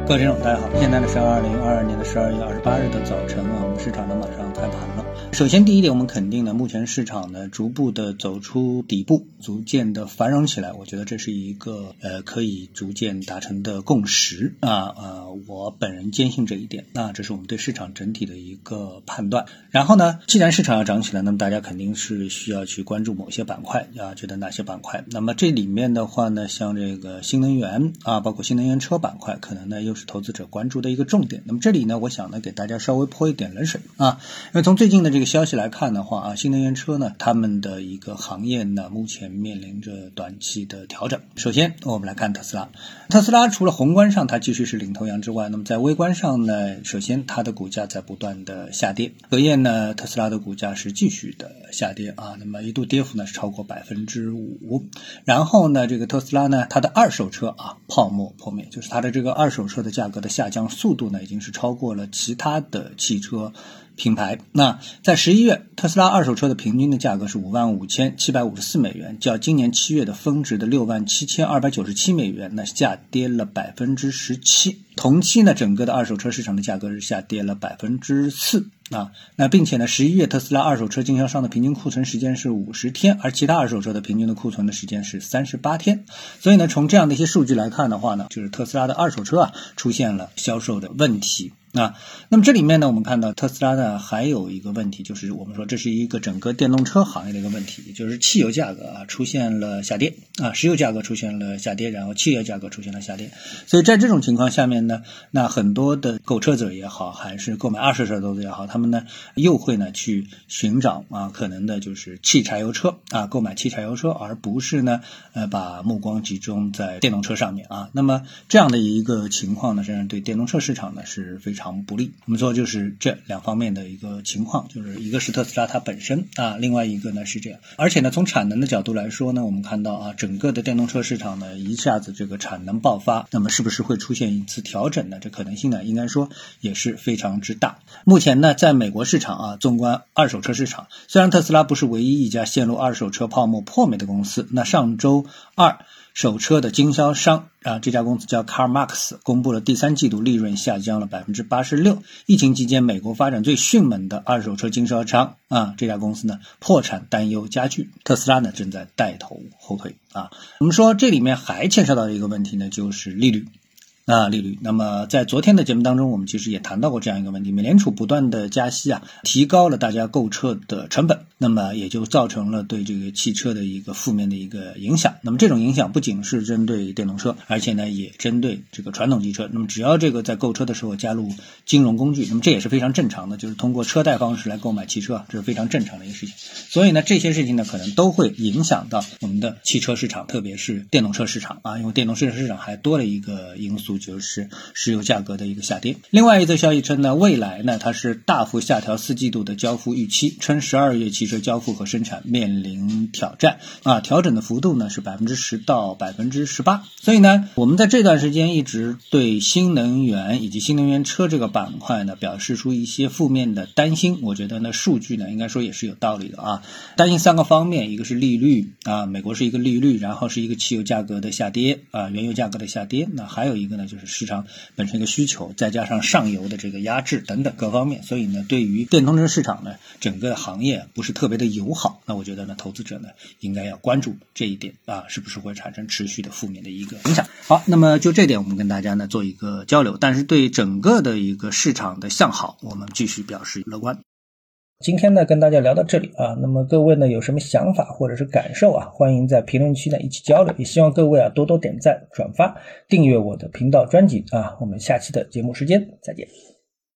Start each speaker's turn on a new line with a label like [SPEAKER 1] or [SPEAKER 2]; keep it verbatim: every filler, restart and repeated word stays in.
[SPEAKER 1] 各位听众大家好，现在呢是二零二二年的十二月二十八日的早晨啊，我们市场呢马上开盘了。首先第一点，我们肯定呢目前市场呢逐步的走出底部，逐渐的繁荣起来，我觉得这是一个呃可以逐渐达成的共识啊呃我本人坚信这一点，那这是我们对市场整体的一个判断。然后呢，既然市场要涨起来，那么大家肯定是需要去关注某些板块啊，觉得哪些板块？那么这里面的话呢，像这个新能源啊，包括新能源车板块，可能呢又是投资者关注的一个重点。那么这里呢，我想呢给大家稍微泼一点冷水啊，因为从最近的这个消息来看的话啊，新能源车呢，他们的一个行业呢，目前面临着短期的调整。首先，我们来看特斯拉。特斯拉除了宏观上它继续是领头羊之外，那么在微观上呢，首先它的股价在不断的下跌。隔夜呢，特斯拉的股价是继续的下跌啊，那么一度跌幅呢是超过百分之五。然后呢，这个特斯拉呢，它的二手车啊泡沫破灭，就是它的这个二手车的价格的下降速度呢，已经是超过了其他的汽车品牌。那在十一月，特斯拉二手车的平均的价格是五万五千七百五十四美元，较今年七月的峰值的六万七千二百九十七美元，那下跌了百分之十七。同期呢，整个的二手车市场的价格是下跌了百分之四。啊，那并且呢，十一月特斯拉二手车经销商的平均库存时间是五十天，而其他二手车的平均的库存的时间是三十八天。所以呢，从这样的一些数据来看的话呢，就是特斯拉的二手车啊出现了销售的问题。啊，那么这里面呢，我们看到特斯拉呢还有一个问题，就是我们说这是一个整个电动车行业的一个问题，也就是汽油价格啊出现了下跌啊，石油价格出现了下跌，然后汽油价格出现了下跌。所以在这种情况下面呢，那很多的购车者也好，还是购买二手车投资也好，他们呢又会呢去寻找啊可能的就是汽柴油车啊，购买汽柴油车，而不是呢呃把目光集中在电动车上面啊。那么这样的一个情况呢，实际上对电动车市场呢是非常不利。我们说就是这两方面的一个情况，就是一个是特斯拉它本身啊，另外一个呢是这样。而且呢，从产能的角度来说呢，我们看到啊，整个的电动车市场呢一下子这个产能爆发，那么是不是会出现一次调整呢？这可能性呢，应该说也是非常之大。目前呢，在美国市场啊，纵观二手车市场，虽然特斯拉不是唯一一家陷入二手车泡沫破灭的公司，那上周二手车的经销商啊，这家公司叫 CarMax 公布了第三季度利润下降了 百分之八十六。 疫情期间美国发展最迅猛的二手车经销商啊，这家公司呢破产担忧加剧，特斯拉呢正在带头后退啊。我们说这里面还牵涉到一个问题呢，就是利率啊，利率。那么在昨天的节目当中，我们其实也谈到过这样一个问题，美联储不断的加息啊，提高了大家购车的成本，那么也就造成了对这个汽车的一个负面的一个影响。那么这种影响不仅是针对电动车，而且呢也针对这个传统机车。那么只要这个在购车的时候加入金融工具，那么这也是非常正常的，就是通过车贷方式来购买汽车，这是非常正常的一个事情。所以呢，这些事情呢可能都会影响到我们的汽车市场，特别是电动车市场啊，因为电动车市场还多了一个因素，就是石油价格的一个下跌。另外一则消息称呢，蔚来呢它是大幅下调四季度的交付预期，称十二月汽车交付和生产面临挑战啊，调整的幅度呢是 百分之十 到 百分之十八。 所以呢，我们在这段时间一直对新能源以及新能源车这个板块呢表示出一些负面的担心。我觉得呢数据呢应该说也是有道理的啊，担心三个方面，一个是利率啊，美国是一个利率，然后是一个汽油价格的下跌啊，原油价格的下跌，那还有一个呢就是市场本身一个需求，再加上上游的这个压制等等各方面，所以呢对于电动车市场呢整个行业不是特别的友好。那我觉得呢投资者呢应该要关注这一点啊，是不是会产生持续的负面的一个影响。好，那么就这点我们跟大家呢做一个交流，但是对整个的一个市场的向好我们继续表示乐观。今天呢跟大家聊到这里啊，那么各位呢有什么想法或者是感受啊，欢迎在评论区呢一起交流，也希望各位啊多多点赞转发订阅我的频道专辑啊，我们下期的节目时间再见。